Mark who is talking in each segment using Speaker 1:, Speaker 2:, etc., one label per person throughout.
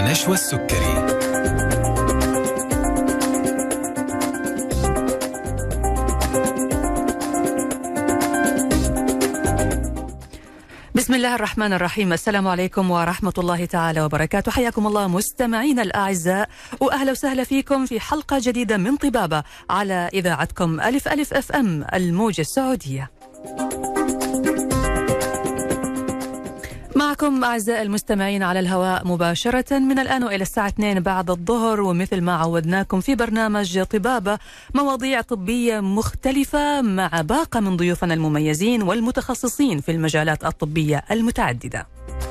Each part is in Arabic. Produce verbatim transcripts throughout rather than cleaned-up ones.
Speaker 1: نشوى السكري.
Speaker 2: بسم الله الرحمن الرحيم. السلام عليكم ورحمة الله تعالى وبركاته. حياكم الله مستمعين الأعزاء، وأهلا وسهلا فيكم في حلقة جديدة من طبابة على إذاعتكم ألف ألف أف أم الموجة السعودية. معكم أعزائي المستمعين على الهواء مباشرة من الآن وإلى الساعة اثنين بعد الظهر، ومثل ما عودناكم في برنامج طبابة مواضيع طبية مختلفة مع باقة من ضيوفنا المميزين والمتخصصين في المجالات الطبية المتعددة.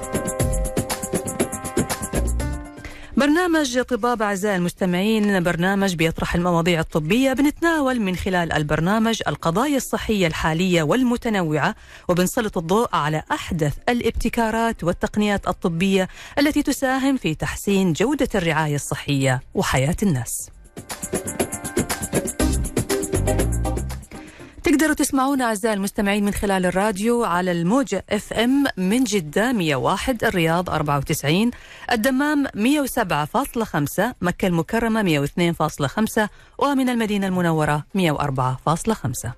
Speaker 2: برنامج طبابة أعزائي المستمعين برنامج بيطرح المواضيع الطبية، بنتناول من خلال البرنامج القضايا الصحية الحالية والمتنوعة، وبنسلط الضوء على أحدث الابتكارات والتقنيات الطبية التي تساهم في تحسين جودة الرعاية الصحية وحياة الناس. تقدروا تسمعونا أعزائي المستمعين من خلال الراديو على الموجة اف ام من جدة مئة وواحد، الرياض أربعة وتسعين، الدمام مئة وسبعة فاصلة خمسة، مكة المكرمة مئة واثنين فاصلة خمسة، ومن المدينة المنورة مئة وأربعة فاصلة خمسة.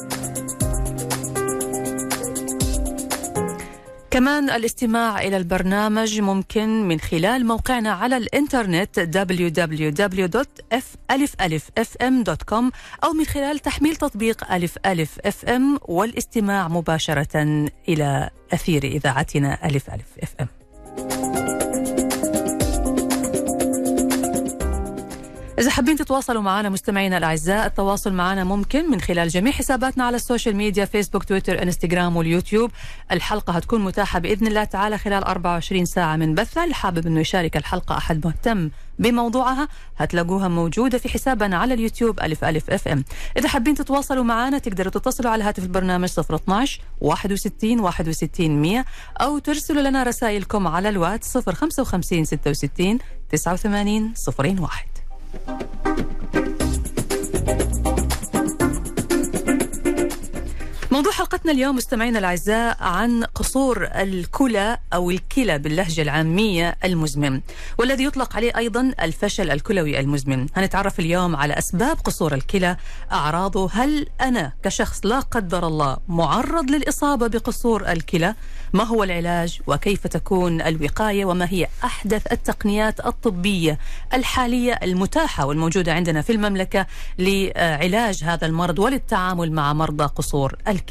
Speaker 2: كمان الاستماع إلى البرنامج ممكن من خلال موقعنا على الإنترنت دبليو دبليو دبليو دوت ألف ألف أف إم دوت كوم، أو من خلال تحميل تطبيق ألف ألف أف إم والاستماع مباشرة إلى أثير إذاعتنا ألف ألف أف إم. إذا حابين تتواصلوا معنا مستمعينا الأعزاء، التواصل معنا ممكن من خلال جميع حساباتنا على السوشيال ميديا، فيسبوك، تويتر، انستغرام واليوتيوب. الحلقة هتكون متاحة بإذن الله تعالى خلال أربعة وعشرين ساعة من بثها. اللي حابب أنه يشارك الحلقة أحد مهتم بموضوعها هتلاقوها موجودة في حسابنا على اليوتيوب ألف ألف أف إم. إذا حابين تتواصلوا معنا تقدروا تتصلوا على هاتف البرنامج صفر اثناش واحد وستين واحد وستين مئة، أو ترسلوا لنا رسائلكم على الواتس صفر خمسة وخمسين ستة وستين تسعة وثمانين صفر واحد. موضوع حلقتنا اليوم مستمعينا الأعزاء عن قصور الكلى أو الكلى باللهجة العامية المزمن، والذي يطلق عليه أيضا الفشل الكلوي المزمن. هنتعرف اليوم على أسباب قصور الكلى، أعراضه، هل أنا كشخص لا قدر الله معرض للإصابة بقصور الكلى، ما هو العلاج وكيف تكون الوقاية، وما هي أحدث التقنيات الطبية الحالية المتاحة والموجودة عندنا في المملكة لعلاج هذا المرض وللتعامل مع مرضى قصور الكلى.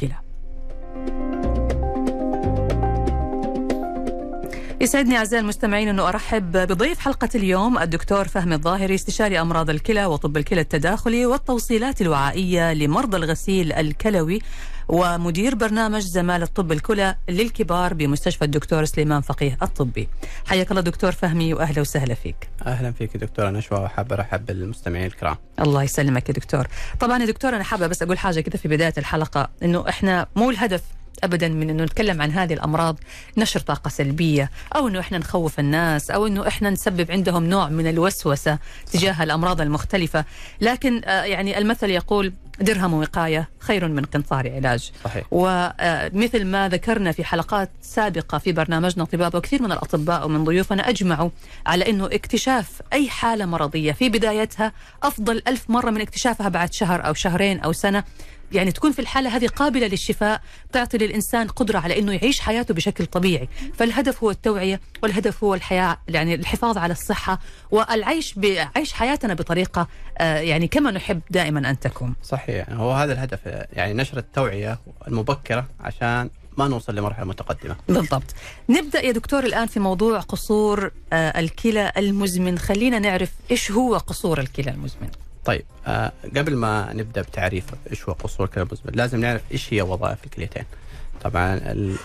Speaker 2: يسعدني أعزائي المستمعين أنه أرحب بضيف حلقة اليوم الدكتور فهمي الظاهري، استشاري أمراض الكلى وطب الكلى التداخلي والتوصيلات الوعائية لمرضى الغسيل الكلوي، ومدير برنامج زمالة طب الكلى للكبار بمستشفى الدكتور سليمان فقيه الطبي. حياك الله دكتور فهمي وأهلا وسهلا فيك.
Speaker 3: أهلا فيك دكتورة نشوى، وحابة أرحب بالمستمعين الكرام.
Speaker 2: الله يسلمك يا دكتور. طبعا يا دكتور أنا حابة بس أقول حاجة كده في بداية الحلقة، أنه إحنا مو الهدف أبدا من أنه نتكلم عن هذه الأمراض نشر طاقة سلبية، أو أنه إحنا نخوف الناس، أو أنه إحنا نسبب عندهم نوع من الوسوسة تجاه الأمراض المختلفة. لكن آه يعني المثل يقول درهم وقاية خير من قنطار علاج.
Speaker 3: صحيح.
Speaker 2: ومثل ما ذكرنا في حلقات سابقة في برنامجنا طبابة، وكثير من الأطباء ومن ضيوفنا أجمعوا على أنه اكتشاف أي حالة مرضية في بدايتها أفضل ألف مرة من اكتشافها بعد شهر أو شهرين أو سنة. يعني تكون في الحالة هذه قابلة للشفاء، تعطي للإنسان قدرة على أنه يعيش حياته بشكل طبيعي. فالهدف هو التوعية، والهدف هو الحياة، يعني الحفاظ على الصحة والعيش بعيش حياتنا بطريقة آه يعني كما نحب دائما أن تكون.
Speaker 3: صحيح، هو هذا الهدف، يعني نشر التوعية المبكرة عشان ما نوصل لمرحلة متقدمة.
Speaker 2: بالضبط. نبدأ يا دكتور الآن في موضوع قصور آه الكلى المزمن. خلينا نعرف إيش هو قصور الكلى المزمن.
Speaker 3: طيب آه قبل ما نبدأ بتعريف إيش هو قصور الكلى المزمن، لازم نعرف إيش هي وظائف الكليتين. طبعا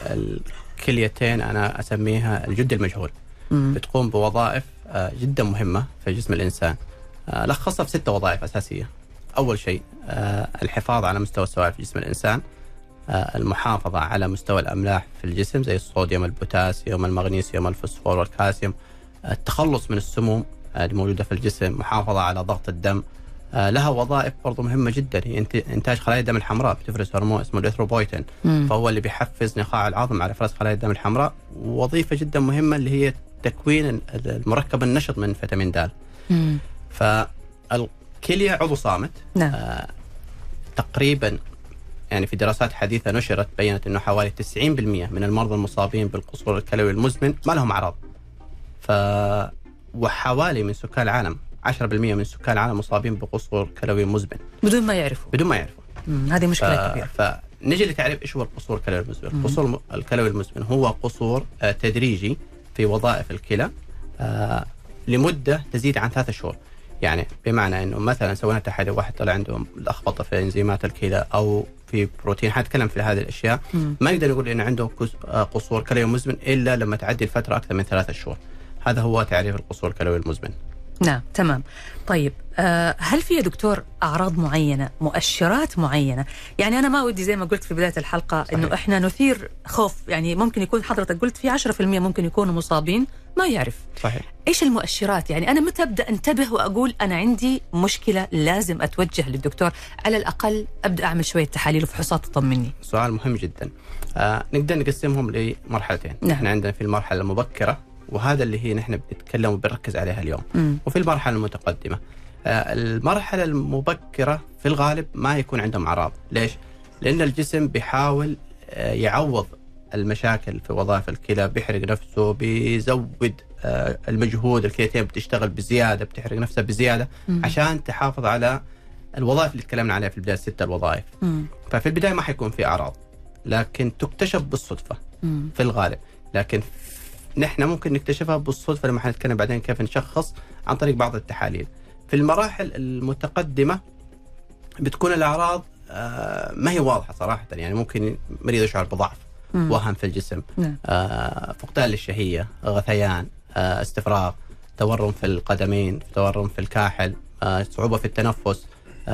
Speaker 3: الكليتين أنا أسميها الجد المجهول. مم. بتقوم بوظائف آه جدا مهمة في جسم الإنسان، آه لخصها في ستة وظائف أساسية. أول شيء آه الحفاظ على مستوى السوائل في جسم الإنسان، آه المحافظة على مستوى الأملاح في الجسم زي الصوديوم، البوتاسيوم، المغنيسيوم، الفوسفور والكالسيوم، آه التخلص من السموم الموجودة في الجسم، محافظة على ضغط الدم. آه لها وظائف برضو مهمة جدا، هي إنتاج خلايا الدم الحمراء، بتفرز هرمون اسمه الإثروبويتين، فهو اللي بيحفز نخاع العظم على إفراز خلايا الدم الحمراء. ووظيفة جدا مهمة اللي هي تكوين المركب النشط من فيتامين د. فالكلية عضو صامت.
Speaker 2: نعم.
Speaker 3: آه تقريبا يعني في دراسات حديثة نشرت بينت أنه حوالي تسعين بالمئة من المرضى المصابين بالقصور الكلوي المزمن ما لهم أعراض. ف وحوالي من سكان العالم عشرة بالمئة من سكان العالم مصابين بقصور كلوي مزمن
Speaker 2: بدون ما يعرفوا
Speaker 3: بدون ما يعرفوا
Speaker 2: هذه مشكلة
Speaker 3: ف...
Speaker 2: كبيرة.
Speaker 3: فنجي لتعريف إيش هو القصور الكلوي المزمن. القصور الكلوي المزمن هو قصور آه تدريجي في وظائف الكلى آه لمدة تزيد عن ثلاثة شهور. يعني بمعنى أنه مثلا سوينا تحاليل واحد طلع عنده لخبطة في إنزيمات الكلى أو في بروتين، حنتكلم في هذه الأشياء. مم. ما نقدر نقول إنه عنده قصور كلوي مزمن إلا لما تعدي الفترة أكثر من ثلاثة شهور. هذا هو تعريف القصور الكلوي المزمن.
Speaker 2: نعم تمام. طيب آه هل في يا دكتور أعراض معينة، مؤشرات معينة؟ يعني أنا ما ودي زي ما قلت في بداية الحلقة صحيح. إنه إحنا نثير خوف. يعني ممكن يكون حضرتك قلت في عشرة بالمئة ممكن يكونوا مصابين ما يعرف.
Speaker 3: صحيح.
Speaker 2: إيش المؤشرات؟ يعني أنا متى أبدأ أنتبه وأقول أنا عندي مشكلة لازم أتوجه للدكتور، على الأقل أبدأ أعمل شوية تحاليل وفحوصات تطمني؟
Speaker 3: سؤال مهم جدا. آه نقدر نقسمهم لمرحلتين. نعم. إحنا عندنا في المرحلة المبكرة وهذا اللي هي نحن بنتكلم وبنركز عليها اليوم. م. وفي المرحلة المتقدمة. آه المرحلة المبكرة في الغالب ما يكون عندهم أعراض. ليش؟ لأن الجسم بيحاول آه يعوض المشاكل في وظائف الكلى، بيحرق نفسه، بيزود آه المجهود، الكليتين بتشتغل بزيادة، بتحرق نفسها بزيادة م. عشان تحافظ على الوظائف اللي تكلمنا عليها في البداية، ستة الوظائف. م. ففي البداية ما حيكون في أعراض، لكن تكتشف بالصدفة م. في الغالب. لكن نحن ممكن نكتشفها بالصدفة لما حنتكلم بعدين كيف نشخص عن طريق بعض التحاليل. في المراحل المتقدمة بتكون الأعراض آه ما هي واضحة صراحة. يعني ممكن مريض يشعر بضعف، مم. وهم في الجسم، آه فقدان للشهية، غثيان، آه استفراغ، تورم في القدمين، تورم في الكاحل، آه صعوبة في التنفس،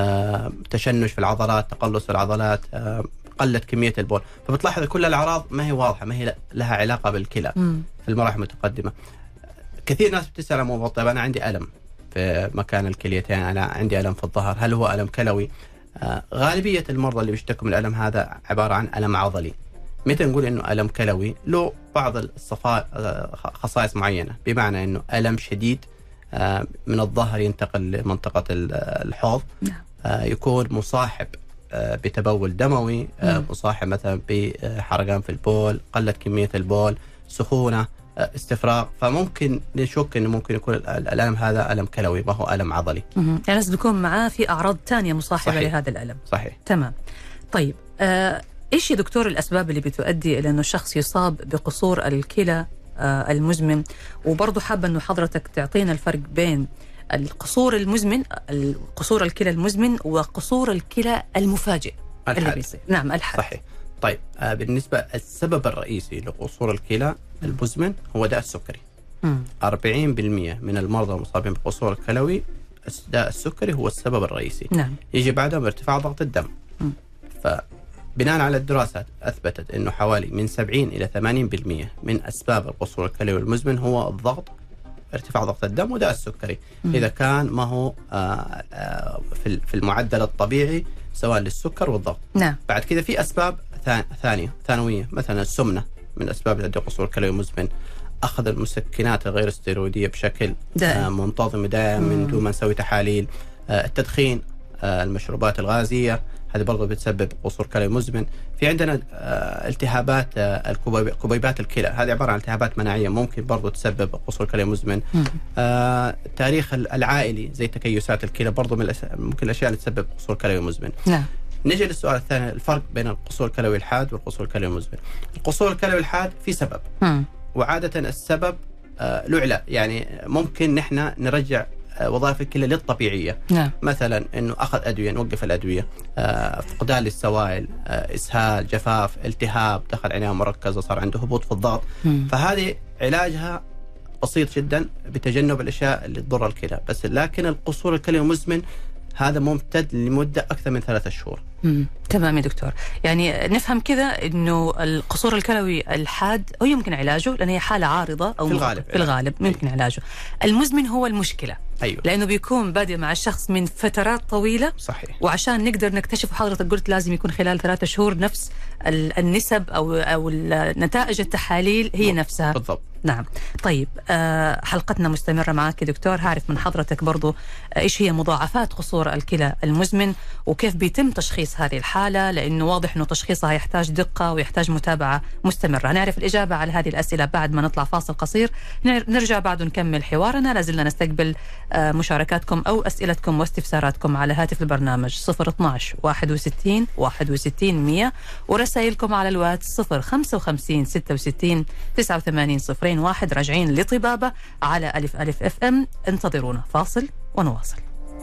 Speaker 3: آه تشنج في العضلات، تقلص في العضلات، آه قلة كمية البول. فبتلاحظ كل الأعراض ما هي واضحة، ما هي لها علاقة بالكلى. مم. في المراحل المتقدمة كثير ناس بتسأل عن موضوع طيب أنا عندي ألم في مكان الكليتين، أنا عندي ألم في الظهر، هل هو ألم كلوي؟ آه غالبية المرضى اللي بيشتكوا من الألم هذا عبارة عن ألم عضلي. متى نقول إنه ألم كلوي؟ له بعض الخصائص معينة، بمعنى إنه ألم شديد آه من الظهر ينتقل لمنطقة الحوض، آه يكون مصاحب بتبول دموي، مصاحب مثلا بحرقان في البول، قلة كمية البول، سخونة، استفراغ. فممكن نشك انه ممكن يكون الالم هذا الم كلوي ما هو الم عضلي. يعني
Speaker 2: لازم يكون معاه في اعراض ثانيه مصاحبه
Speaker 3: صحيح.
Speaker 2: لهذا الالم.
Speaker 3: صحيح.
Speaker 2: تمام. طيب آه ايش يا دكتور الاسباب اللي بتؤدي الى انه الشخص يصاب بقصور الكلى آه المزمن؟ وبرضه حابه انه حضرتك تعطينا الفرق بين القصور المزمن، القصور الكلى المزمن، وقصور الكلى المفاجئ اللي بيصير. نعم الحاد.
Speaker 3: صحيح. طيب آه بالنسبة السبب الرئيسي لقصور الكلى المزمن هو داء السكري. مم. أربعين بالمئة من المرضى المصابين بالقصور الكلوي داء السكري هو السبب الرئيسي.
Speaker 2: نعم.
Speaker 3: يجي بعدهم ارتفاع ضغط الدم. مم. فبناء على الدراسات أثبتت أنه حوالي من سبعين إلى ثمانين بالمئة من أسباب القصور الكلوي المزمن هو الضغط، ارتفاع ضغط الدم، وداء السكري. مم. إذا كان ما هو آآ آآ في المعدل الطبيعي سواء للسكر والضغط.
Speaker 2: نعم.
Speaker 3: بعد كذا في أسباب ثانية ثانوية، مثلا السمنة من الأسباب اللي تؤدي قصور كلوي مزمن، أخذ المسكنات الغير استيرويدية بشكل دائم. منتظم دائم من دون ما نسوي تحاليل، التدخين، المشروبات الغازية، هذه برضو بتسبب قصور كلوي مزمن. في عندنا التهابات الكبيبات الكلى، هذه عبارة عن التهابات مناعية ممكن برضو تسبب قصور كلوي مزمن. التاريخ العائلي زي تكيسات الكلى برضو من ممكن الأشياء اللي تسبب قصور كلوي مزمن.
Speaker 2: نعم.
Speaker 3: نجي للسؤال الثاني، الفرق بين القصور الكلوي الحاد والقصور الكلوي المزمن. القصور الكلوي الحاد في سبب، م. وعادة السبب آه له علاج. يعني ممكن نحن نرجع آه وظائف الكلى للطبيعية.
Speaker 2: نعم.
Speaker 3: مثلا انه اخذ ادوية، نوقف الادوية، آه فقدان للسوائل، آه اسهال، جفاف، التهاب، دخل عناية مركزة، صار عنده هبوط في الضغط. م. فهذه علاجها بسيط جدا بتجنب الاشياء اللي تضر الكلى بس. لكن القصور الكلوي المزمن هذا ممتد لمدة أكثر من ثلاثة شهور.
Speaker 2: مم. تمام يا دكتور. يعني نفهم كذا إنه القصور الكلوي الحاد هو يمكن علاجه لأن هي حالة عارضة أو
Speaker 3: في الغالب
Speaker 2: في الغالب ممكن أيوه. علاجه. المزمن هو المشكلة.
Speaker 3: أيوه.
Speaker 2: لأنه بيكون بادئ مع الشخص من فترات طويلة.
Speaker 3: صحيح.
Speaker 2: وعشان نقدر نكتشف، حضرتك قلت لازم يكون خلال ثلاثة شهور نفس النسب أو أو نتائج التحاليل هي
Speaker 3: م.
Speaker 2: نفسها.
Speaker 3: بالضبط.
Speaker 2: نعم. طيب آه حلقتنا مستمرة معك دكتور. هعرف من حضرتك برضو آه إيش هي مضاعفات قصور الكلى المزمن وكيف بيتم تشخيص هذه الحالة، لأنه واضح أنه تشخيصها يحتاج دقة ويحتاج متابعة مستمرة. هنعرف الإجابة على هذه الأسئلة بعد ما نطلع فاصل قصير، نرجع بعد نكمل حوارنا. لازلنا نستقبل آه مشاركاتكم أو أسئلتكم واستفساراتكم على هاتف البرنامج صفر اثناش واحد وستين واحد وستين مية، ورسائلكم على الواتس صفر خمسة وخمسين ستة وستين تسعة وثمانين صفرين واحد. راجعين لطبابة على ألف ألف اف ام. انتظرونا فاصل ونواصل.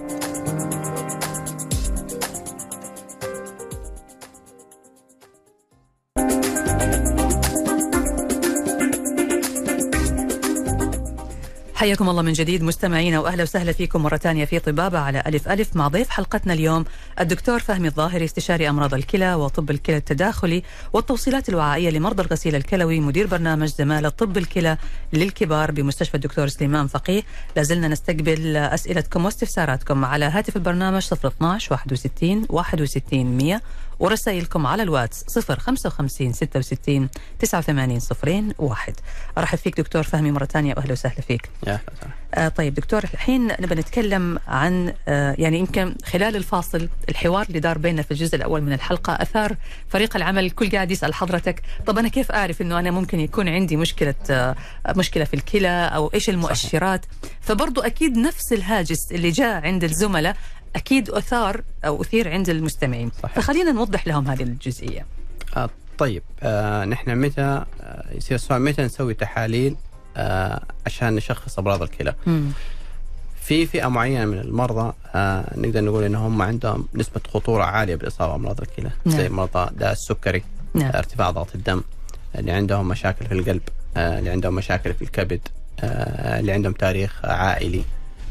Speaker 2: حياكم الله من جديد مستمعينا، وأهلا وسهلا فيكم مرة ثانية في طبابة على ألف ألف مع ضيف حلقتنا اليوم الدكتور فهمي الظاهري، استشاري أمراض الكلى وطب الكلى التداخلي والتوصيلات الوعائية لمرضى الغسيل الكلوي، مدير برنامج زمالة طب الكلى للكبار بمستشفى الدكتور سليمان فقيه. لازلنا نستقبل أسئلتكم واستفساراتكم على هاتف البرنامج صفر اثناش واحد وستين واحد وستين مية، ورسائلكم على الواتس صفر خمسة وخمسين ستة وستين تسعة وثمانين صفرين واحد. أرحب فيك دكتور فهمي مرة ثانية وأهلا وسهلا فيك. آه طيب دكتور، الحين نبى نتكلم عن آه يعني يمكن خلال الفاصل الحوار اللي دار بيننا في الجزء الأول من الحلقة أثار فريق العمل الكل قاعد يسأل حضرتك طب أنا كيف أعرف إنه أنا ممكن يكون عندي مشكلة آه مشكلة في الكلى أو إيش المؤشرات؟ فبرضو أكيد نفس الهاجس اللي جاء عند الزملاء أكيد أثار أو أثير عند المستمعين. صحيح. فخلينا نوضح لهم هذه الجزئية.
Speaker 3: آه طيب آه نحن متى آه يصير السؤال متى نسوي تحاليل آه عشان نشخص أمراض الكلى؟ مم. في فئة معينة من المرضى آه نقدر نقول إن هم عندهم نسبة خطورة عالية بالإصابة بأمراض الكلى. نعم. زي مرضى داء السكري. نعم. ارتفاع ضغط الدم، اللي عندهم مشاكل في القلب، آه اللي عندهم مشاكل في الكبد، آه اللي عندهم تاريخ عائلي،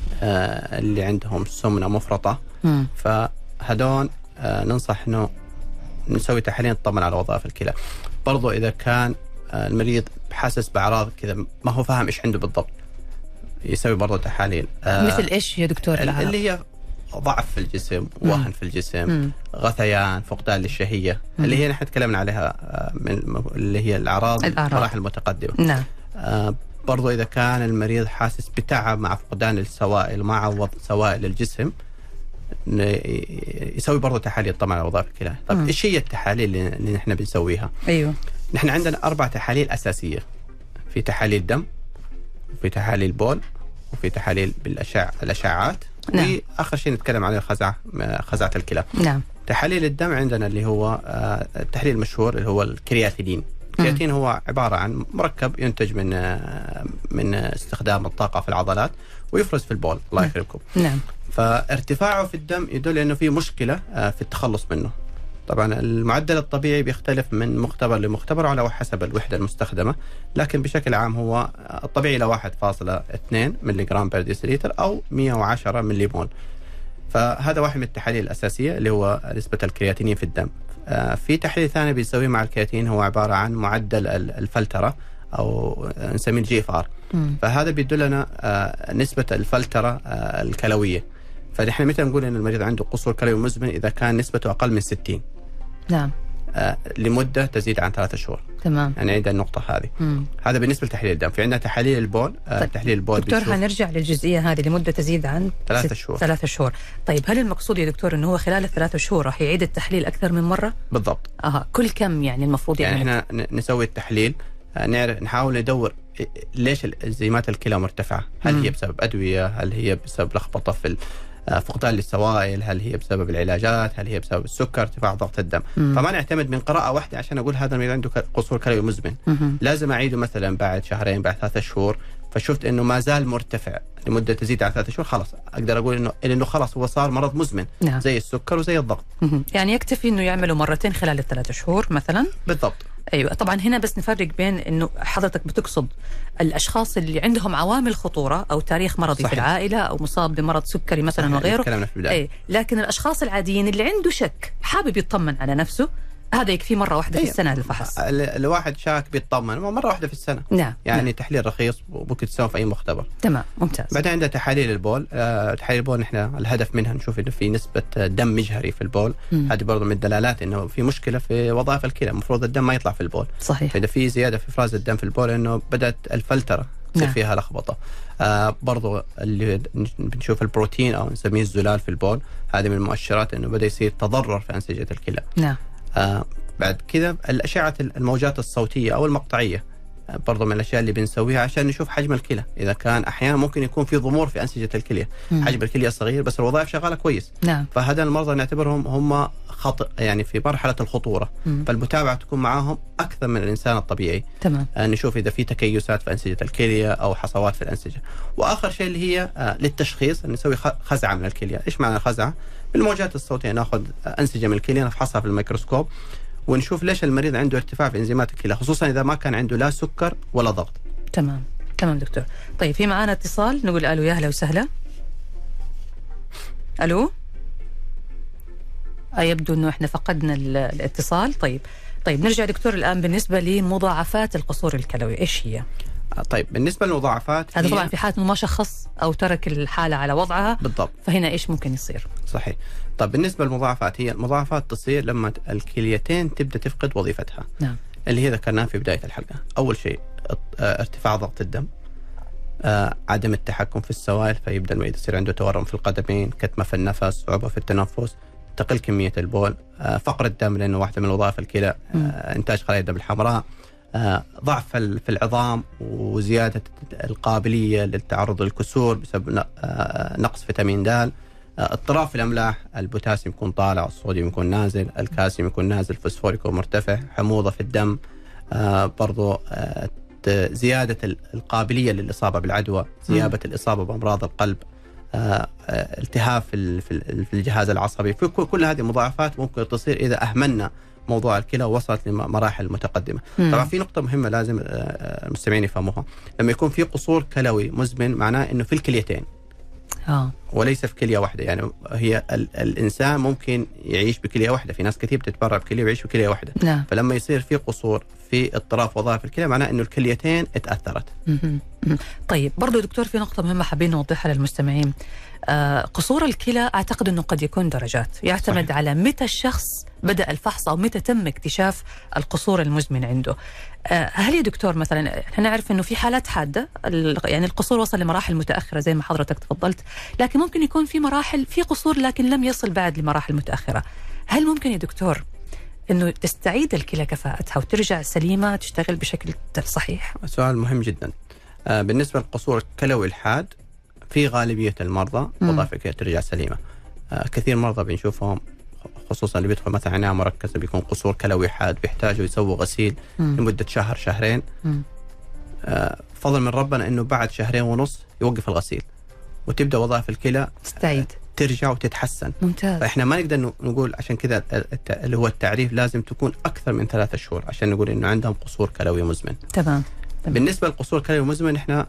Speaker 3: آه اللي عندهم سمنة مفرطة. مم. فهدون آه ننصح إنه نسوي تحاليل نطمن على وظائف الكلى. برضو إذا كان آه المريض حاسس بأعراض كذا ما هو فاهم إيش عنده بالضبط، يسوي برضو تحاليل. آه
Speaker 2: مثل إيش يا دكتور؟
Speaker 3: اللي هي ضعف في الجسم، وهن في الجسم، مم. غثيان، فقدان للشهية، مم. اللي هي نحن تكلمنا عليها آه من اللي هي الأعراض المراحل المتقدمة. نعم. آه برضو إذا كان المريض حاسس بتعب مع فقدان السوائل مع عوض سوائل الجسم، يسوي برضو تحاليل طبعا على وظائف الكلى. طيب إيش هي التحاليل اللي نحن بنسويها؟ أيوه. نحن عندنا أربع تحاليل أساسية، في تحاليل دم، وفي تحاليل بول، وفي تحاليل بالأشعة الأشعات. نعم. وآخر شيء نتكلم عن خزعة خزعة الكلى. نعم. تحاليل الدم عندنا اللي هو التحليل المشهور اللي هو الكرياتين. الكرياتين هو عبارة عن مركب ينتج من من استخدام الطاقة في العضلات ويفرز في البول. الله يكرمكم. نعم. فارتفاعه في الدم يدل انه في مشكلة في التخلص منه. طبعا المعدل الطبيعي بيختلف من مختبر لمختبر على حسب الوحدة المستخدمة، لكن بشكل عام هو الطبيعي إلى واحد فاصلة اثنين ملي جرام بير ديسيليتر أو مئة وعشرة ملي مول. فهذا واحد من التحاليل الأساسية اللي هو نسبة الكرياتينين في الدم. في تحليل ثاني بيسويه مع الكرياتين هو عبارة عن معدل الفلترة أو نسميه الجي اف ار. فهذا بيدلنا نسبة الفلترة الكلوية. فنحن متى نقول ان المريض عنده قصور كلوي مزمن؟ اذا كان نسبته اقل من ستين. نعم. آه لمده تزيد عن ثلاثة شهور. تمام. يعني عند النقطه هذه. مم. هذا بالنسبه لتحليل الدم. في عندنا تحاليل البول. آه طيب. تحليل البول
Speaker 2: دكتور هنرجع للجزئيه هذه لمده تزيد عن
Speaker 3: ثلاثة شهور.
Speaker 2: ثلاثة شهور. طيب هل المقصود يا دكتور انه هو خلال الثلاثة شهور راح يعيد التحليل اكثر من مره؟
Speaker 3: بالضبط.
Speaker 2: اها كل كم يعني المفروض
Speaker 3: يعني احنا نسوي التحليل، آه نعرف نحاول ندور ليش انزيمات الكلى مرتفعه؟ هل مم. هي بسبب ادويه؟ هل هي بسبب لخبطه في فقدان للسوائل؟ هل هي بسبب العلاجات؟ هل هي بسبب السكر؟ ارتفاع ضغط الدم؟ مم. فما نعتمد من قراءة واحدة عشان أقول هذا المريض عنده قصور كلوي مزمن. مم. لازم أعيده مثلا بعد شهرين، بعد ثلاثة شهور، فشفت إنه ما زال مرتفع لمدة تزيد على ثلاثة شهور، خلاص أقدر أقول إنه إنه خلاص هو صار مرض مزمن. نعم. زي السكر وزي الضغط.
Speaker 2: مم. يعني يكتفي إنه يعمله مرتين خلال الثلاثة شهور مثلا؟
Speaker 3: بالضبط.
Speaker 2: أيوة. طبعا هنا بس نفرق بين إنه حضرتك بتقصد الأشخاص اللي عندهم عوامل خطورة أو تاريخ مرضي. صحيح. في العائلة أو مصاب بمرض سكري مثلا. صحيح. وغيره.
Speaker 3: في
Speaker 2: أي. لكن الأشخاص العاديين اللي عنده شك حابب يطمن على نفسه هذا يكفي مرة واحدة
Speaker 3: أيه.
Speaker 2: في السنة الفحص.
Speaker 3: الواحد شاك بيطمن مرة واحدة في السنة.
Speaker 2: نعم.
Speaker 3: يعني
Speaker 2: نعم.
Speaker 3: تحليل رخيص ممكن تسوي في أي مختبر.
Speaker 2: تمام ممتاز.
Speaker 3: بعدين عندنا تحاليل البول. آه تحاليل البول نحن الهدف منها نشوف إنه في نسبة دم مجهري في البول. هذه برضه من الدلالات إنه في مشكلة في وظائف الكلى. المفروض الدم ما يطلع في البول.
Speaker 2: صحيح.
Speaker 3: فإذا في زيادة في إفراز الدم في البول إنه بدأت الفلترة تصير
Speaker 2: نعم.
Speaker 3: فيها لخبطة. آه برضو اللي بنشوف البروتين أو نسميه الزلال في البول، هذه من المؤشرات إنه بدأ يصير تضرر في أنسجة الكلى.
Speaker 2: نعم.
Speaker 3: آه بعد كذا الأشعة الموجات الصوتية أو المقطعية برضو من الأشياء اللي بنسويها عشان نشوف حجم الكلى. إذا كان أحيانا ممكن يكون في ضمور في أنسجة الكلى، حجم الكلى صغير بس الوظائف شغالة كويس.
Speaker 2: نعم.
Speaker 3: فهذا المرضى نعتبرهم هم خطأ يعني في مرحلة الخطورة. مم. فالمتابعة تكون معاهم أكثر من الإنسان الطبيعي.
Speaker 2: تمام.
Speaker 3: آه نشوف إذا في تكيسات في أنسجة الكلية أو حصوات في الأنسجة. وآخر شيء اللي هي آه للتشخيص نسوي خزعة من الكلية. إيش معنى خزعة؟ بالموجات الصوتية نأخذ أنسجة من الكلية نفحصها في الميكروسكوب ونشوف ليش المريض عنده ارتفاع في انزيمات الكلى، خصوصا إذا ما كان عنده لا سكر ولا ضغط.
Speaker 2: تمام تمام دكتور. طيب في معانا اتصال، نقول ألو يا أهلا وسهلا. ألو. آه يبدو أنه إحنا فقدنا الاتصال. طيب طيب نرجع دكتور الآن بالنسبة لمضاعفات القصور الكلوي إيش هي؟
Speaker 3: طيب بالنسبة للمضاعفات
Speaker 2: هذا طبعا في حالة ما شخص أو ترك الحالة على وضعها.
Speaker 3: بالضبط.
Speaker 2: فهنا إيش ممكن يصير؟ صحيح.
Speaker 3: طيب بالنسبة للمضاعفات، هي المضاعفات تصير لما الكليتين تبدأ تفقد وظيفتها.
Speaker 2: نعم.
Speaker 3: اللي هي ذكرناها في بداية الحلقة. أول شيء ارتفاع ضغط الدم، آه عدم التحكم في السوائل، فيبدأ المريض يصير عنده تورم في القدمين، كتمة في النفس، صعوبة في التنفس، تقل كمية البول، آه فقر الدم لأنه واحدة من وظائف الكلى آه إنتاج خلايا الدم الحمراء، آه ضعف في العظام وزيادة القابلية للتعرض للكسور بسبب آه نقص فيتامين د، آه اضطراب في الأملاح، البوتاسيوم يكون طالع، الصوديوم يكون نازل، الكالسيوم يكون نازل، الفوسفور يكون مرتفع، حموضة في الدم، آه برضو آه زيادة القابلية للإصابة بالعدوى، زيادة الإصابة بأمراض القلب، آه التهاب في في الجهاز العصبي. في كل هذه المضاعفات ممكن تصير إذا أهملنا موضوع الكلى ووصلت لمراحل متقدمة. مم. طبعا في نقطة مهمة لازم المستمعين يفهموها، لما يكون في قصور كلوي مزمن معناه إنه في الكليتين آه. وليس في كلية واحدة. يعني هي ال الإنسان ممكن يعيش بكلية واحدة، في ناس كثير بتتبرع بكلية ويعيش بكلية واحدة.
Speaker 2: نعم.
Speaker 3: فلما يصير في قصور في اضطراب وظائف الكلى معناه إنه الكليتين اتأثرت.
Speaker 2: مم. مم. طيب برضو دكتور في نقطة مهمة حابين نوضحها للمستمعين. آه قصور الكلى أعتقد أنه قد يكون درجات، يعتمد صحيح. على متى الشخص بدأ الفحص أو متى تم اكتشاف القصور المزمن عنده. آه هل يا دكتور مثلا احنا نعرف أنه في حالات حادة يعني القصور وصل لمراحل متأخرة زي ما حضرتك تفضلت، لكن ممكن يكون في مراحل في قصور لكن لم يصل بعد لمراحل متأخرة. هل ممكن يا دكتور أنه تستعيد الكلى كفاءتها وترجع سليمة تشتغل بشكل صحيح؟
Speaker 3: سؤال مهم جدا. آه بالنسبة للقصور الكلوي الحاد في غالبية المرضى وظائف الكلى ترجع سليمة. آه كثير مرضى بنشوفهم خصوصا اللي بيدخل مثلا عناية مركزة بيكون قصور كلوي حاد بيحتاجوا يسووا غسيل مم. لمدة شهر شهرين. آه فضل من ربنا انه بعد شهرين ونص يوقف الغسيل وتبدأ وظائف الكلى
Speaker 2: تستعيد
Speaker 3: ترجع وتتحسن.
Speaker 2: ممتاز.
Speaker 3: فاحنا ما نقدر نقول عشان كذا اللي هو التعريف لازم تكون اكثر من ثلاثة شهور عشان نقول انه عندهم قصور كلوي مزمن.
Speaker 2: تمام. تمام.
Speaker 3: بالنسبة للقصور الكلوي المزمن احنا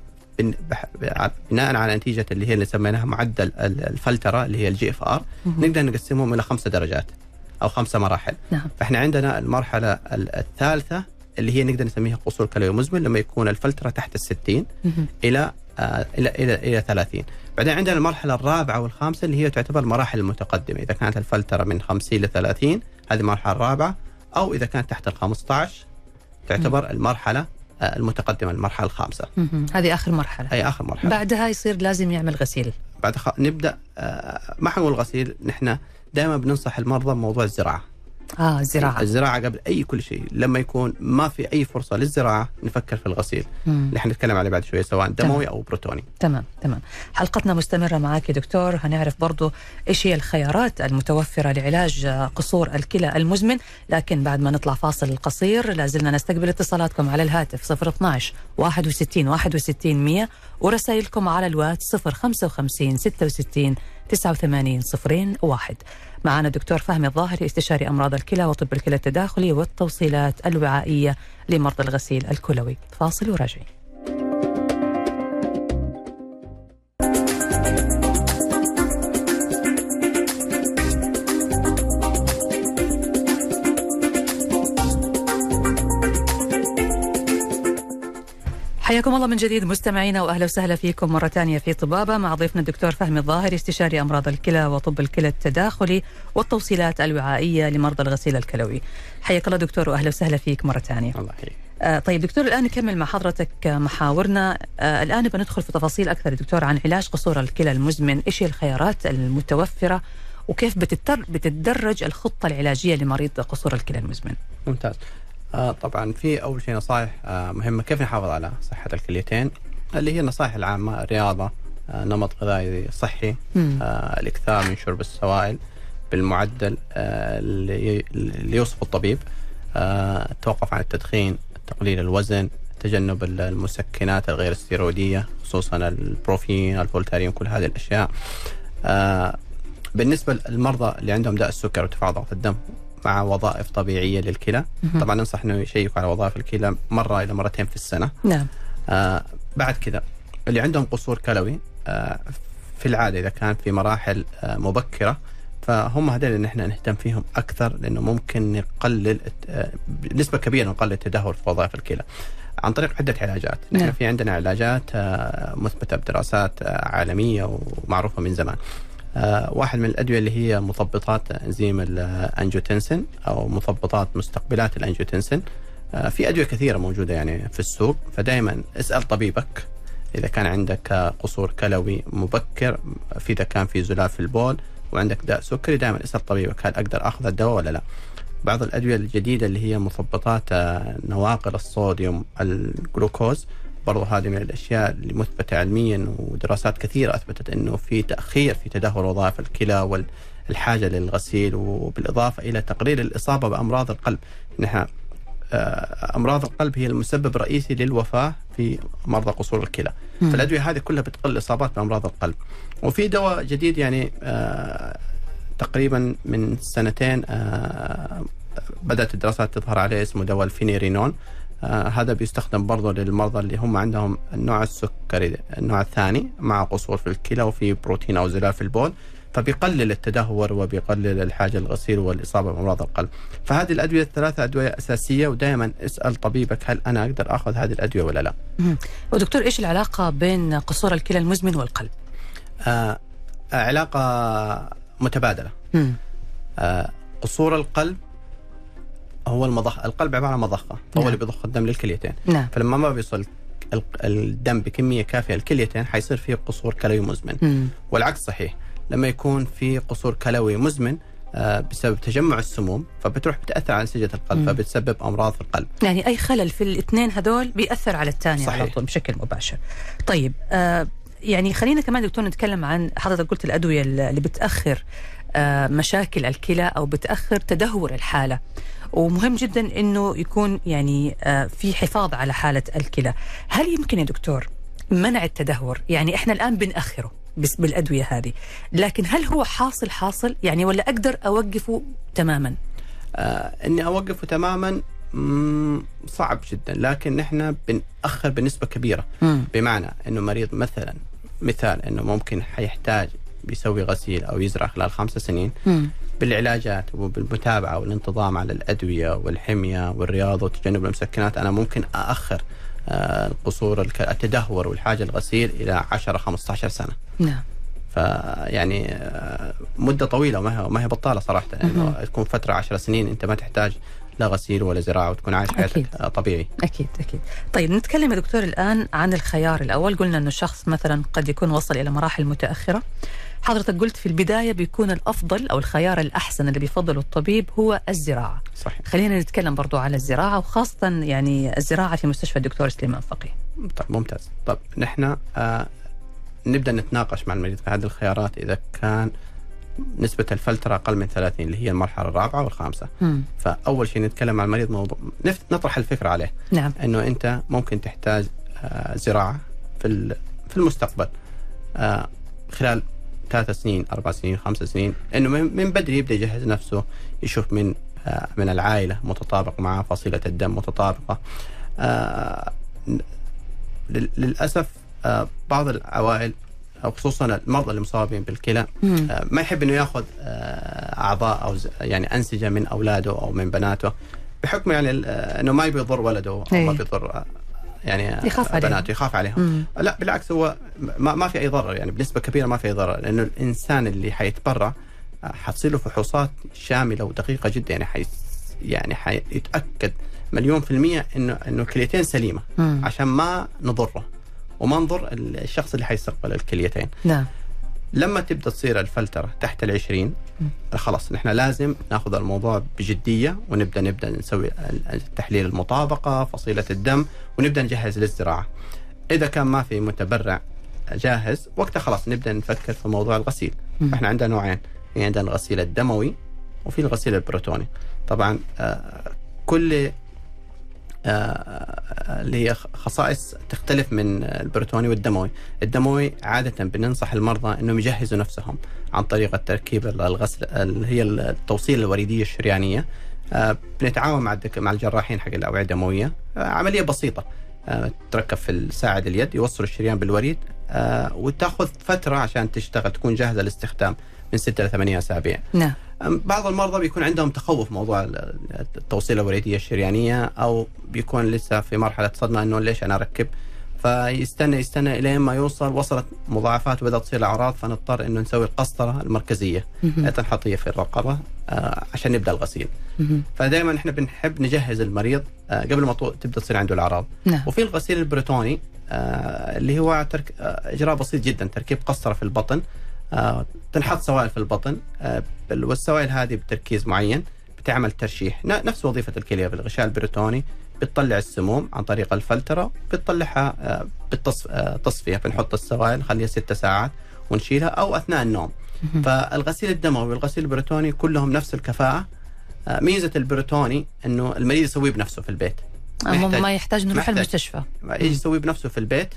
Speaker 3: بناء على نتيجة اللي هي اللي سميناها معدل الفلترة اللي هي الجي اف ار نقدر نقسمهم إلى خمسة درجات أو خمسة مراحل.
Speaker 2: نعم.
Speaker 3: فإحنا عندنا المرحلة الثالثة اللي هي نقدر نسميها قصور كلوي مزمن لما يكون الفلترة تحت الستين إلى آه إلى إلى إلى ثلاثين. بعدين عندنا المرحلة الرابعة والخامسة اللي هي تعتبر المراحل المتقدمة. إذا كانت الفلترة من خمسين لثلاثين هذه المرحلة الرابعة، أو إذا كانت تحت الخمسة عشر تعتبر مم. المرحلة المتقدمة المرحلة الخامسة.
Speaker 2: هذه آخر مرحلة.
Speaker 3: أي آخر مرحلة.
Speaker 2: بعدها يصير لازم يعمل غسيل.
Speaker 3: بعد خ... نبدأ آه ما حنقول غسيل، نحن دائما بننصح المرضى بموضوع الزراعة.
Speaker 2: آه الزراعة.
Speaker 3: الزراعة قبل أي كل شيء. لما يكون ما في أي فرصة للزراعة نفكر في الغسيل اللي احنا نتكلم عليه بعد شوية سواء دموي أو بروتوني.
Speaker 2: تمام تمام. حلقتنا مستمرة معك يا دكتور، هنعرف برضو إيش هي الخيارات المتوفرة لعلاج قصور الكلى المزمن، لكن بعد ما نطلع فاصل قصير لازلنا نستقبل اتصالاتكم على الهاتف صفر اثناش واحد وستين واحد وستين مية ورسائلكم على الواتس صفر خمسة وخمسين ستة وستين تسعة وثمانين صفرين واحد. معنا الدكتور فهمي الظاهري استشاري أمراض الكلى وطب الكلى التداخلي والتوصيلات الوعائية لمرضى الغسيل الكلوي. فاصل وراجعين. حياكم الله من جديد مستمعينا، وأهلا وسهلا فيكم مرة ثانية في طبابة مع ضيفنا الدكتور فهمي الظاهري، استشاري أمراض الكلى وطب الكلى التداخلي والتوصيلات الوعائية لمرضى الغسيل الكلوي. حياك الله دكتور وأهلا وسهلا فيك مرة ثانية.
Speaker 3: الله يحييك.
Speaker 2: آه طيب دكتور، الآن نكمل مع حضرتك محاورنا. آه الآن بندخل في تفاصيل أكثر دكتور عن علاج قصور الكلى المزمن، إيش هي الخيارات المتوفرة وكيف بتتر بتتدرج الخطة العلاجية لمريض قصور الكلى المزمن.
Speaker 3: ممتاز. آه طبعا في أول شيء نصائح آه مهمة كيف نحافظ على صحة الكليتين، اللي هي النصائح العامة: الرياضة، آه نمط غذائي صحي، آه الإكثار من شرب السوائل بالمعدل آه اللي, اللي يوصفه الطبيب، آه التوقف عن التدخين، تقليل الوزن، تجنب المسكنات الغير استيرويدية خصوصا البروفين، الفولتارين، كل هذه الأشياء. آه بالنسبة للمرضى اللي عندهم داء السكر وارتفاع ضغط الدم مع وظائف طبيعية للكلى، طبعا ننصح أنه يشيكوا على وظائف الكلى مرة إلى مرتين في السنة.
Speaker 2: نعم.
Speaker 3: آه بعد كذا اللي عندهم قصور كلوي آه في العادة إذا كان في مراحل آه مبكرة، فهم هذول اللي نحن نهتم فيهم أكثر، لأنه ممكن نقلل آه بنسبة كبيرة نقلل التدهور في وظائف الكلى عن طريق عدة علاجات. نحن
Speaker 2: نعم.
Speaker 3: في عندنا علاجات آه مثبتة بدراسات آه عالمية ومعروفة من زمان. آه واحد من الأدوية اللي هي مثبطات انزيم الانجيوتنسين أو مثبطات مستقبلات الانجيوتنسين. آه في أدوية كثيرة موجودة يعني في السوق، فدائما اسأل طبيبك إذا كان عندك قصور كلوي مبكر، في إذا كان في زلال في البول وعندك داء سكري، دائما اسأل طبيبك هل أقدر أخذ الدواء ولا لا. بعض الأدوية الجديدة اللي هي مثبطات آه نواقل الصوديوم الجلوكوز، برضو هذه من الأشياء اللي مثبتة علميا، ودراسات كثيرة أثبتت أنه في تأخير في تدهور وظائف الكلى والحاجة للغسيل، وبالإضافة إلى تقليل الإصابة بأمراض القلب. نحن أمراض القلب هي المسبب الرئيسي للوفاة في مرضى قصور الكلى، فالأدوية هذه كلها بتقلل الإصابات بأمراض القلب. وفي دواء جديد يعني آه تقريبا من سنتين آه بدأت الدراسات تظهر عليه، اسمه دواء الفينيرينون. آه هذا بيستخدم برضو للمرضى اللي هم عندهم النوع السكري النوع الثاني مع قصور في الكلى وفي بروتين أو زلال في البول، فبيقلل التدهور وبيقلل الحاجة للغسيل والإصابة بأمراض القلب. فهذه الأدوية الثلاثة أدوية أساسية، ودائما اسأل طبيبك هل أنا أقدر أخذ هذه الأدوية ولا لا.
Speaker 2: ودكتور إيش العلاقة بين قصور الكلى المزمن والقلب؟
Speaker 3: آه علاقة متبادلة. آه قصور القلب هو المضخ، القلب عبارة عن مضخة، هو اللي بيضخ الدم للكليتين.
Speaker 2: نعم.
Speaker 3: فلما ما بيصل الدم بكمية كافية للكليتين حيصير فيه قصور كلوي مزمن. مم. والعكس صحيح، لما يكون في قصور كلوي مزمن آه بسبب تجمع السموم فبتروح بتأثر على أنسجة القلب، مم. فبتسبب أمراض في القلب.
Speaker 2: يعني أي خلل في الاثنين هذول بيأثر على الثاني على طول بشكل مباشر. طيب آه يعني خلينا كمان دكتور نتكلم عن، حضرتك قلت الأدوية اللي بتأخر آه مشاكل الكلى أو بتأخر تدهور الحالة، ومهم جدا انه يكون يعني آه في حفاظ على حالة الكلى. هل يمكن يا دكتور منع التدهور؟ يعني احنا الآن بنأخره بس بالأدوية هذه، لكن هل هو حاصل حاصل يعني، ولا أقدر أوقفه تماما؟
Speaker 3: آه إني أوقفه تماما صعب جدا، لكن نحن بنأخر بنسبة كبيرة. مم. بمعنى إنه مريض مثلا مثال إنه ممكن حيحتاج بيسوي غسيل أو يزرع خلال خمسة سنين. مم. بالعلاجات وبالمتابعة والانتظام على الأدوية والحمية والرياضة وتجنب المسكنات أنا ممكن أأخر قصور التدهور والحاجة الغسيل إلى عشرة خمسة عشر سنة.
Speaker 2: نعم.
Speaker 3: فيعني مدة طويلة وما هي ما هي بطالة صراحة، إنه تكون فترة عشر سنين أنت ما تحتاج لا غسيل ولا زراعة وتكون عايش حياتك أكيد. طبيعي.
Speaker 2: أكيد أكيد. طيب نتكلم يا دكتور الآن عن الخيار الأول. قلنا إنه الشخص مثلا قد يكون وصل إلى مراحل متأخرة، حضرتك قلت في البداية بيكون الأفضل أو الخيار الأحسن اللي بيفضله الطبيب هو الزراعة.
Speaker 3: صحيح.
Speaker 2: خلينا نتكلم برضو على الزراعة، وخاصة يعني الزراعة في مستشفى الدكتور سليمان فقيه.
Speaker 3: طيب ممتاز. طيب نحن آه نبدأ نتناقش مع المريض في هذه الخيارات إذا كان نسبة الفلترة أقل من ثلاثين اللي هي المرحلة الرابعة والخامسة. مم. فأول شيء نتكلم مع المريض موضوع نطرح الفكرة عليه.
Speaker 2: نعم.
Speaker 3: إنه أنت ممكن تحتاج آه زراعة في في المستقبل آه خلال ثلاث سنين أربع سنين خمس سنين، إنه من بدري يبدأ يجهز نفسه، يشوف من آه من العائلة متطابق معه، فصيلة الدم متطابقة. آه للأسف آه بعض العوائل أو خصوصا المرضى المصابين بالكلى آه ما يحب إنه يأخذ آه أعضاء أو يعني أنسجة من أولاده أو من بناته، بحكم يعني إنه ما يبي يضر ولده أو ما بيضر يعني
Speaker 2: يخاف
Speaker 3: بناته يخاف عليهم.
Speaker 2: مم.
Speaker 3: لا بالعكس، هو ما, ما في اي ضرر، يعني بنسبه كبيره ما في اي ضرر، لانه الانسان اللي حيتبرع حتصير له فحوصات شامله ودقيقه جدا، يعني حي يعني حيتاكد مليون في المية انه انه الكليتين سليمه،
Speaker 2: مم.
Speaker 3: عشان ما نضره وما نضر الشخص اللي حيستقبل الكليتين.
Speaker 2: نعم.
Speaker 3: لما تبدا تصير الفلتره تحت العشرين خلاص نحن لازم ناخذ الموضوع بجديه، ونبدا نبدا نسوي تحليل المطابقه، فصيله الدم، ونبدا نجهز للزراعه. اذا كان ما في متبرع جاهز وقتها خلاص نبدا نفكر في موضوع الغسيل. احنا عندنا نوعين، في عندنا الغسيل الدموي وفي الغسيل البروتوني. طبعا آه كل آه اللي هي خصائص تختلف من البروتوني والدموي. الدموي عادة بننصح المرضى انهم يجهزوا نفسهم عن طريق التركيب الغسل اللي هي التوصيل الوريدية الشريانية. آه بنتعاون مع مع الجراحين حق الأوعية الدموية. آه عملية بسيطة، آه تركب في ساعد اليد، يوصل الشريان بالوريد، آه وتاخذ فترة عشان تشتغل تكون جاهزة للاستخدام من ستة إلى ثمانية أسابيع.
Speaker 2: نعم.
Speaker 3: بعض المرضى بيكون عندهم تخوف موضوع التوصيل الوريدية الشريانية، أو بيكون لسه في مرحلة صدمة إنه ليش أنا أركب، فيستنى يستنى إلى ما يوصل وصلت مضاعفات وبدأت تصير الأعراض، فنضطر إنه نسوي القسطرة المركزية تنحطية في الرقبة آه عشان نبدأ الغسيل. فدائما إحنا بنحب نجهز المريض آه قبل ما تبدأ تصير عنده الأعراض.
Speaker 2: نعم.
Speaker 3: وفي الغسيل البروتوني آه اللي هو ترك آه إجراء بسيط جدا، تركيب قسطرة في البطن، آه تنحط سوائل في البطن، آه والسوائل هذه بتركيز معين بتعمل ترشيح نفس وظيفة الكلية. بالغشاء البروتوني بتطلع السموم عن طريق الفلترة، بتطلعها آه بالتصفية، بنحط السوائل نخليها ستة ساعات ونشيلها، أو أثناء النوم. فالغسيل الدموي والغسيل البروتوني كلهم نفس الكفاءة. آه ميزة البروتوني إنه المريض يسويه بنفسه في البيت،
Speaker 2: ما يحتاج نروح المستشفى،
Speaker 3: يجي يسوي بنفسه في البيت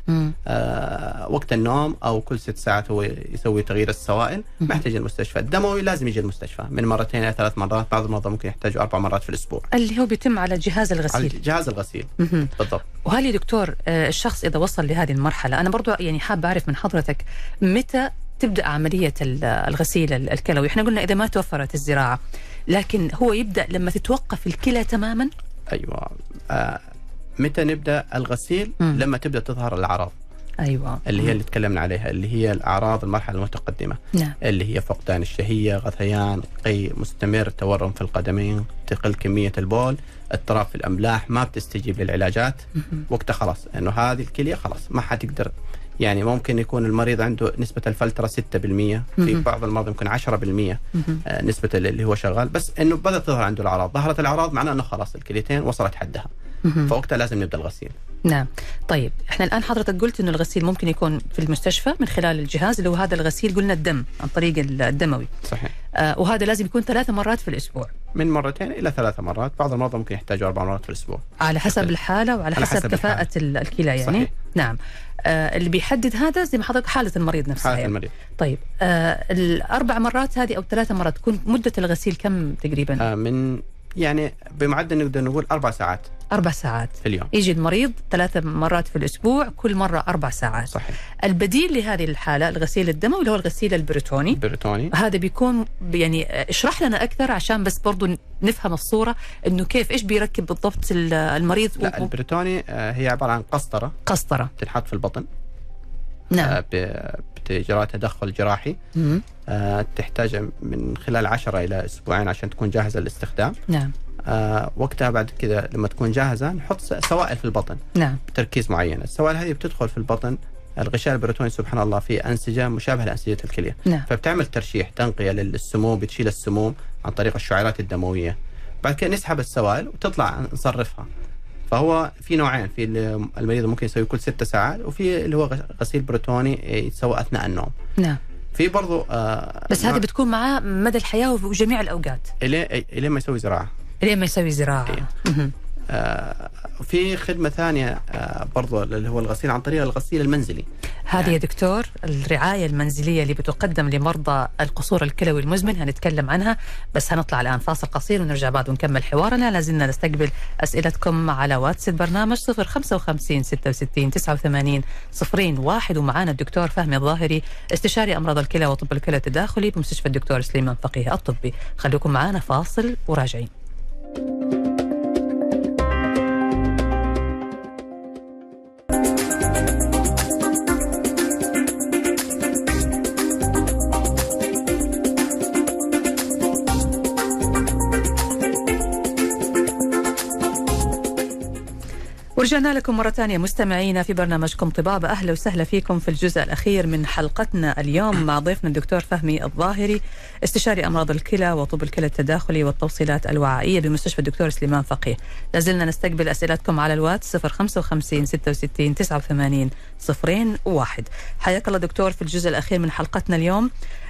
Speaker 3: آه وقت النوم أو كل ست ساعات هو يسوي تغيير السوائل، ما يحتاج المستشفى. الدموي لازم يجي المستشفى من مرتين إلى ثلاث مرات، بعض المرضى ممكن يحتاجوا أربع مرات في الأسبوع،
Speaker 2: اللي هو بيتم على جهاز الغسيل.
Speaker 3: على جهاز الغسيل بالضبط.
Speaker 2: وهل يا دكتور الشخص إذا وصل لهذه المرحلة، أنا برضو يعني حاب أعرف من حضرتك متى تبدأ عملية الغسيل الكلوي؟ احنا قلنا إذا ما توفرت الزراعة، لكن هو يبدأ لما تتوقف الكلى تماما؟
Speaker 3: أيوة. آه متى نبدأ الغسيل؟ مم. لما تبدأ تظهر الأعراض.
Speaker 2: أيوة.
Speaker 3: اللي هي اللي تكلمنا عليها، اللي هي الأعراض المرحلة المتقدمة.
Speaker 2: نعم.
Speaker 3: اللي هي فقدان الشهية، غثيان، قي مستمر، تورم في القدمين، تقل كمية البول، اضطراب في الأملاح، ما بتستجيب للعلاجات. وقتها خلاص إنه هذه الكلية خلاص ما حتقدر، يعني ممكن يكون المريض عنده نسبة الفلترة ستة بالمئة، في بعض المرضى يمكن عشرة بالمئة آه نسبة اللي هو شغال، بس إنه بدأت تظهر عنده الأعراض. ظهرت الأعراض معناه إنه خلاص الكليتين وصلت حدها، فوقتها لازم نبدأ الغسيل.
Speaker 2: نعم. طيب احنا الآن حضرتك قلت إنه الغسيل ممكن يكون في المستشفى من خلال الجهاز اللي هو هذا الغسيل، قلنا الدم عن طريق الدموي.
Speaker 3: صحيح.
Speaker 2: آه وهذا لازم يكون ثلاث مرات في الأسبوع. من
Speaker 3: مرتين إلى ثلاث مرات، بعض المرضى ممكن يحتاجوا أربع مرات في الأسبوع.
Speaker 2: على حسب الحالة وعلى حسب, حسب كفاءة الكلى يعني. صحيح. نعم. آه اللي بيحدد هذا زي ما حضرتك حالة المريض نفسها.
Speaker 3: حالة
Speaker 2: يعني.
Speaker 3: المريض.
Speaker 2: طيب آه الأربع مرات هذه أو ثلاث مرات تكون مدة الغسيل كم تقريبا؟
Speaker 3: آه من يعني بمعدل نقدر نقول أربع ساعات.
Speaker 2: أربع ساعات
Speaker 3: في اليوم.
Speaker 2: يجي المريض ثلاث مرات في الأسبوع، كل مرة أربع ساعات.
Speaker 3: صحيح.
Speaker 2: البديل لهذه الحالة الغسيل الدموي اللي هو الغسيل البروتوني.
Speaker 3: البروتوني
Speaker 2: هذا بيكون يعني اشرح لنا أكثر عشان بس برضو نفهم الصورة إنه كيف إيش بيركب بالضبط المريض.
Speaker 3: لا و... البروتوني هي عبارة عن قسطرة.
Speaker 2: قسطرة
Speaker 3: تنحط في البطن.
Speaker 2: نعم.
Speaker 3: بإجراء تدخل جراحي. آه تحتاج من خلال عشرة إلى أسبوعين عشان تكون جاهزة للاستخدام.
Speaker 2: نعم.
Speaker 3: آه وقتها بعد كذا لما تكون جاهزة نحط سوائل في البطن.
Speaker 2: نعم.
Speaker 3: بتركيز معين. السوائل هذه بتدخل في البطن. الغشاء البروتوني سبحان الله فيه أنسجة مشابهة لأنسجة الكلية.
Speaker 2: نعم.
Speaker 3: فبتعمل ترشيح تنقية للسموم، بتشيل السموم عن طريق الشعيرات الدموية. بعد كده نسحب السوائل وتطلع نصرفها. فهو في نوعين، في المريض ممكن يسوي كل ستة ساعات، وفي اللي هو غسيل بروتوني يتسوى أثناء النوم.
Speaker 2: نعم.
Speaker 3: في برضو آه
Speaker 2: بس هذه بتكون معاه مدى الحياة وجميع الأوقات
Speaker 3: إليه إليه ما يسوي زراعة.
Speaker 2: إليه ما يسوي زراعة.
Speaker 3: إيه. آه في خدمة ثانية آه برضو اللي هو الغسيل عن طريق الغسيل المنزلي.
Speaker 2: هذه يعني يا دكتور الرعاية المنزلية اللي بتقدم لمرضى القصور الكلوي المزمن هنتكلم عنها، بس هنطلع الآن فاصل قصير ونرجع بعد ونكمل حوارنا. لازلنا نستقبل أسئلتكم على واتس البرنامج صفر خمسة وخمسين ستة وستين تسعة وثمانين صفرين واحد، ومعانا الدكتور فهمي الظاهري استشاري أمراض الكلى وطب الكلى التداخلي بمستشفى الدكتور سليمان فقيه الطبي. خليكم معانا فاصل وراجعين. ورجعنا لكم مرة ثانية مستمعينا في برنامجكم طبابة. أهلا وسهلا فيكم في الجزء الأخير من حلقتنا اليوم مع ضيفنا الدكتور فهمي الظاهري، استشاري أمراض الكلى وطب الكلى التداخلي والتوصيلات الوعائية بمستشفى الدكتور سليمان فقيه. لازلنا نستقبل أسئلتكم على الواتس صفر خمسة وخمسين ستة وستين تسعة وثمانين صفرين واحد. حياك الله دكتور في الجزء الأخير من حلقتنا اليوم.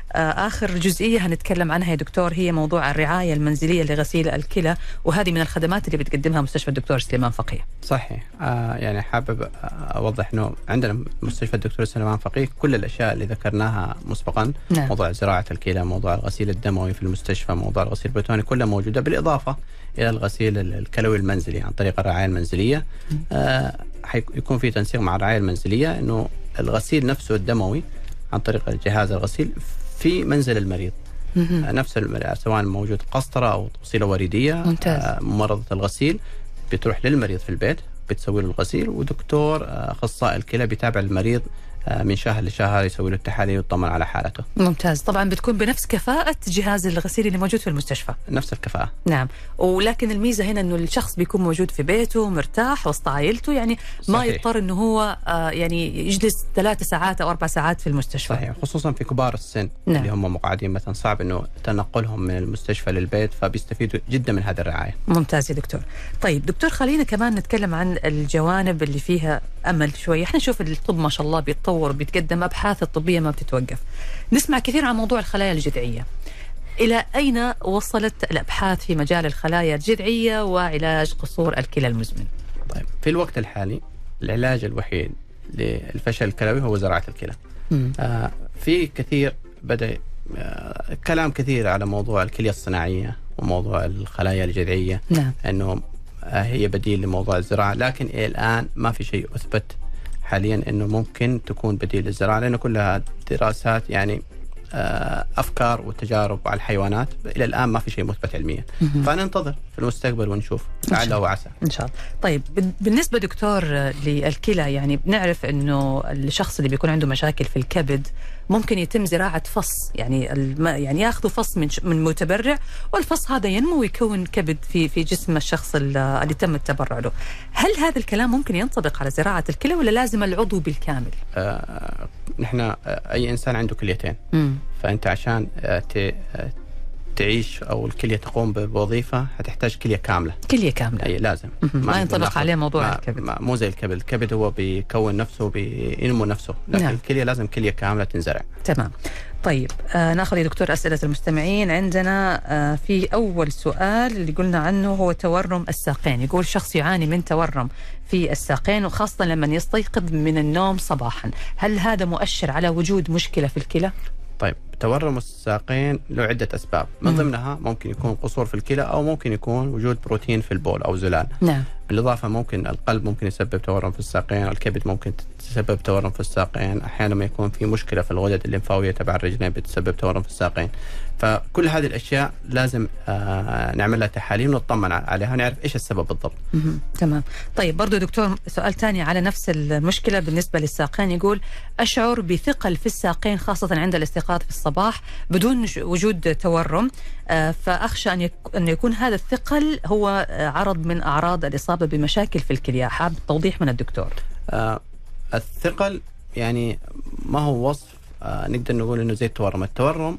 Speaker 2: آخر جزئية هنتكلم عنها يا دكتور هي موضوع الرعاية المنزلية لغسيل الكلى، وهذه من الخدمات اللي بتقدمها مستشفى الدكتور سليمان فقيه.
Speaker 3: صحيح. آه يعني حابب أوضح أنه عندنا مستشفى الدكتور سليمان فقيه كل الأشياء اللي ذكرناها مسبقا، نعم. موضوع زراعة الكلى، موضوع الغسيل الدموي في المستشفى، موضوع الغسيل البروتوني، كلها موجودة، بالإضافة إلى الغسيل الكلوي المنزلي عن طريق الرعاية المنزلية. آه حيكون في تنسيق مع الرعاية المنزلية أنه الغسيل نفسه الدموي عن طريق الجهاز الغسيل في منزل المريض، نفس المريض سواء موجود قسطرة أو توصيلة وريدية. ممتاز. ممرضة الغسيل بتروح للمريض في البيت بتسوي له الغسيل، ودكتور أخصائي الكلى بيتابع المريض من شهر لشهر، يسوي له التحاليل ويطمن على حالته.
Speaker 2: ممتاز. طبعا بتكون بنفس كفاءة جهاز الغسيل اللي موجود في المستشفى.
Speaker 3: نفس الكفاءة.
Speaker 2: نعم. ولكن الميزة هنا انه الشخص بيكون موجود في بيته مرتاح وسط عائلته، يعني ما صحيح. يضطر انه هو آه يعني يجلس ثلاث ساعات او اربع ساعات في المستشفى.
Speaker 3: صحيح، خصوصا في كبار السن. نعم. اللي هم مقعدين مثلا صعب انه تنقلهم من المستشفى للبيت، فبيستفيدوا جدا من هذه الرعاية.
Speaker 2: ممتاز يا دكتور. طيب دكتور خلينا كمان نتكلم عن الجوانب اللي فيها امل شوي. احنا نشوف الطب ما شاء الله بيتطور وبيتقدم، ابحاث الطبيه ما بتتوقف. نسمع كثير عن موضوع الخلايا الجذعيه. الى اين وصلت الابحاث في مجال الخلايا الجذعيه وعلاج قصور الكلى المزمن؟
Speaker 3: طيب في الوقت الحالي العلاج الوحيد للفشل الكلوي هو زراعه الكلى. آه في كثير بدا آه كلام كثير على موضوع الكليه الصناعيه وموضوع الخلايا الجذعيه. نعم. انه آه هي بديل لموضوع الزراعه، لكن الى الان ما في شيء اثبت حاليا انه ممكن تكون بديل للزراعه، لانه كلها دراسات يعني افكار وتجارب على الحيوانات، الى الان ما في شيء مثبت علميا. فننتظر في المستقبل ونشوف، لعل وعسى
Speaker 2: ان شاء الله. طيب بالنسبه دكتور للكلى، يعني بنعرف انه الشخص اللي بيكون عنده مشاكل في الكبد ممكن يتم زراعه فص، يعني الم... يعني ياخذوا فص من ش... من متبرع، والفص هذا ينمو ويكون كبد في في جسم الشخص اللي, اللي تم التبرع له. هل هذا الكلام ممكن ينطبق على زراعه الكلى ولا لازم العضو بالكامل؟
Speaker 3: آه نحن آه اي انسان عنده كليتين. م. فانت عشان آه ت... آه تعيش او الكليه تقوم بوظيفه هتحتاج كليه كامله.
Speaker 2: كليه كامله.
Speaker 3: اي لازم.
Speaker 2: ما ينطبق عليه موضوع ما الكبد.
Speaker 3: ما مو زي الكبد، الكبد هو بيكون نفسه بينمو نفسه، لكن نعم. الكليه لازم كليه كامله تنزرع.
Speaker 2: تمام. طيب آه ناخذ يا دكتور اسئله المستمعين. عندنا آه في اول سؤال اللي قلنا عنه هو تورم الساقين. يقول شخص يعاني من تورم في الساقين وخاصه لما يستيقظ من النوم صباحا، هل هذا مؤشر على وجود مشكله في الكلى؟
Speaker 3: طيب تورم الساقين له عدة أسباب، من ضمنها ممكن يكون قصور في الكلى أو ممكن يكون وجود بروتين في البول أو زلال. نعم. بالإضافة ممكن القلب ممكن يسبب تورم في الساقين، الكبد ممكن تسبب تورم في الساقين، أحيانا ما يكون في مشكلة في الغدد الليمفاوية تبع الرجلين بتسبب تورم في الساقين. فكل هذه الأشياء لازم آه نعمل لها تحاليل ونطمن عليها ونعرف إيش السبب بالضبط.
Speaker 2: تمام. طيب برضو دكتور سؤال تاني على نفس المشكلة بالنسبة للساقين. يقول أشعر بثقل في الساقين خاصة عند الاستيقاظ في الصباح بدون وجود تورم، آه فأخشى أن, يك... أن يكون هذا الثقل هو عرض من أعراض الإصابة بمشاكل في الكلى. حاب توضيح من الدكتور.
Speaker 3: آه الثقل يعني ما هو وصف آه نقدر نقول إنه زي التورم. التورم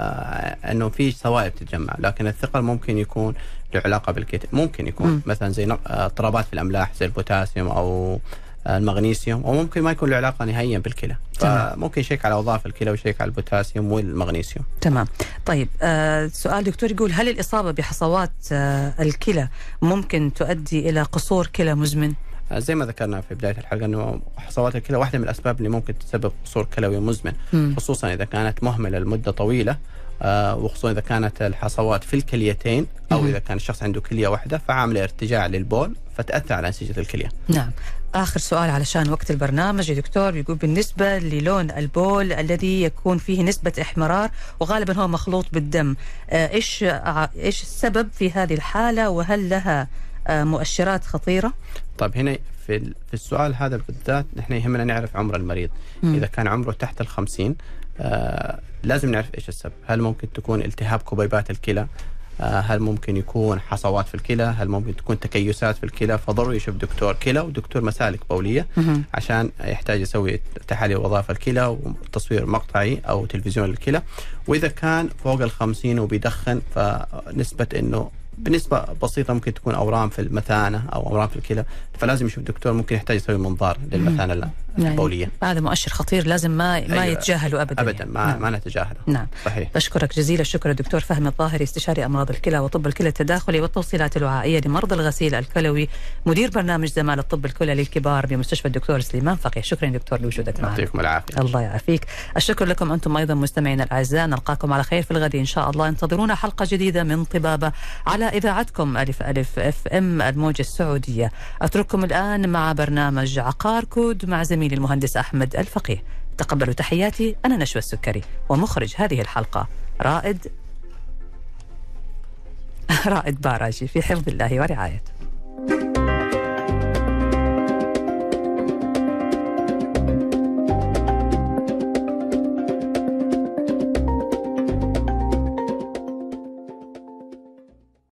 Speaker 3: آه انه في سوائل تتجمع، لكن الثقل ممكن يكون له علاقه بالكتل، ممكن يكون م. مثلا زي اضطرابات في الاملاح زي البوتاسيوم او المغنيسيوم، وممكن ما يكون له علاقه نهائيا بالكلى. فممكن يشيك على وظائف الكلى ويشيك على البوتاسيوم والمغنيسيوم.
Speaker 2: تمام. طيب آه سؤال دكتور يقول هل الاصابه بحصوات آه الكلى ممكن تؤدي الى قصور كلى مزمن؟
Speaker 3: زي ما ذكرنا في بداية الحلقة أنه حصوات الكلى واحدة من الأسباب اللي ممكن تسبب قصور كلوي مزمن، م. خصوصا إذا كانت مهملة لمدة طويلة، آه وخصوصا إذا كانت الحصوات في الكليتين أو م. إذا كان الشخص عنده كلية واحدة فعاملة ارتجاع للبول فتأثر على أنسجة الكلية.
Speaker 2: نعم. آخر سؤال علشان وقت البرنامج يا دكتور. بيقول بالنسبة للون البول الذي يكون فيه نسبة احمرار وغالبا هو مخلوط بالدم، آه إيش آه إيش السبب في هذه الحالة وهل لها آه مؤشرات خطيرة؟
Speaker 3: طيب هنا في في السؤال هذا بالذات نحن يهمنا نعرف عمر المريض. م. إذا كان عمره تحت الخمسين آه لازم نعرف إيش السبب. هل ممكن تكون التهاب كبيبات الكلى هل ممكن يكون حصوات في الكلى، هل ممكن تكون تكيسات في الكلى، فضروري يشوف دكتور كلى ودكتور مسالك بولية عشان يحتاج يسوي تحاليل وظائف الكلى وتصوير مقطعي أو تلفزيون للكلى. وإذا كان فوق الخمسين وبيدخن فنسبة إنه بنسبة بسيطة ممكن تكون أورام في المثانة أو أورام في الكلى، فلازم يشوف دكتور، ممكن يحتاج يسوي منظار للمثانة البولية.
Speaker 2: هذا مؤشر خطير لازم ما ما
Speaker 3: أيوة.
Speaker 2: يتجاهله أبدا.
Speaker 3: أبدا ما, نعم. ما نتجاهله.
Speaker 2: نعم.
Speaker 3: صحيح.
Speaker 2: بشكرك جزيل الشكر الدكتور فهمي الظاهري، استشاري أمراض الكلى وطب الكلى التداخلي والتوصيلات الوعائية لمرضى الغسيل الكلوي، مدير برنامج زمالة الطب الكلى للكبار بمستشفى الدكتور سليمان فقيه. شكرا دكتور لوجودك معنا.
Speaker 3: يعطيكم العافية.
Speaker 2: الله يعافيك. الشكر لكم أنتم أيضا مستمعينا الأعزاء، نلقاكم على خير في الغد إن شاء الله. انتظرونا حلقة جديدة من طبابة على إذاعتكم ألف ألف اف ام الموجة السعودية. أترككم الآن مع برنامج عقار كود مع زميلي المهندس أحمد الفقيه. تقبلوا تحياتي، أنا نشوى السكري، ومخرج هذه الحلقة رائد رائد باراجي، في حفظ الله ورعايته.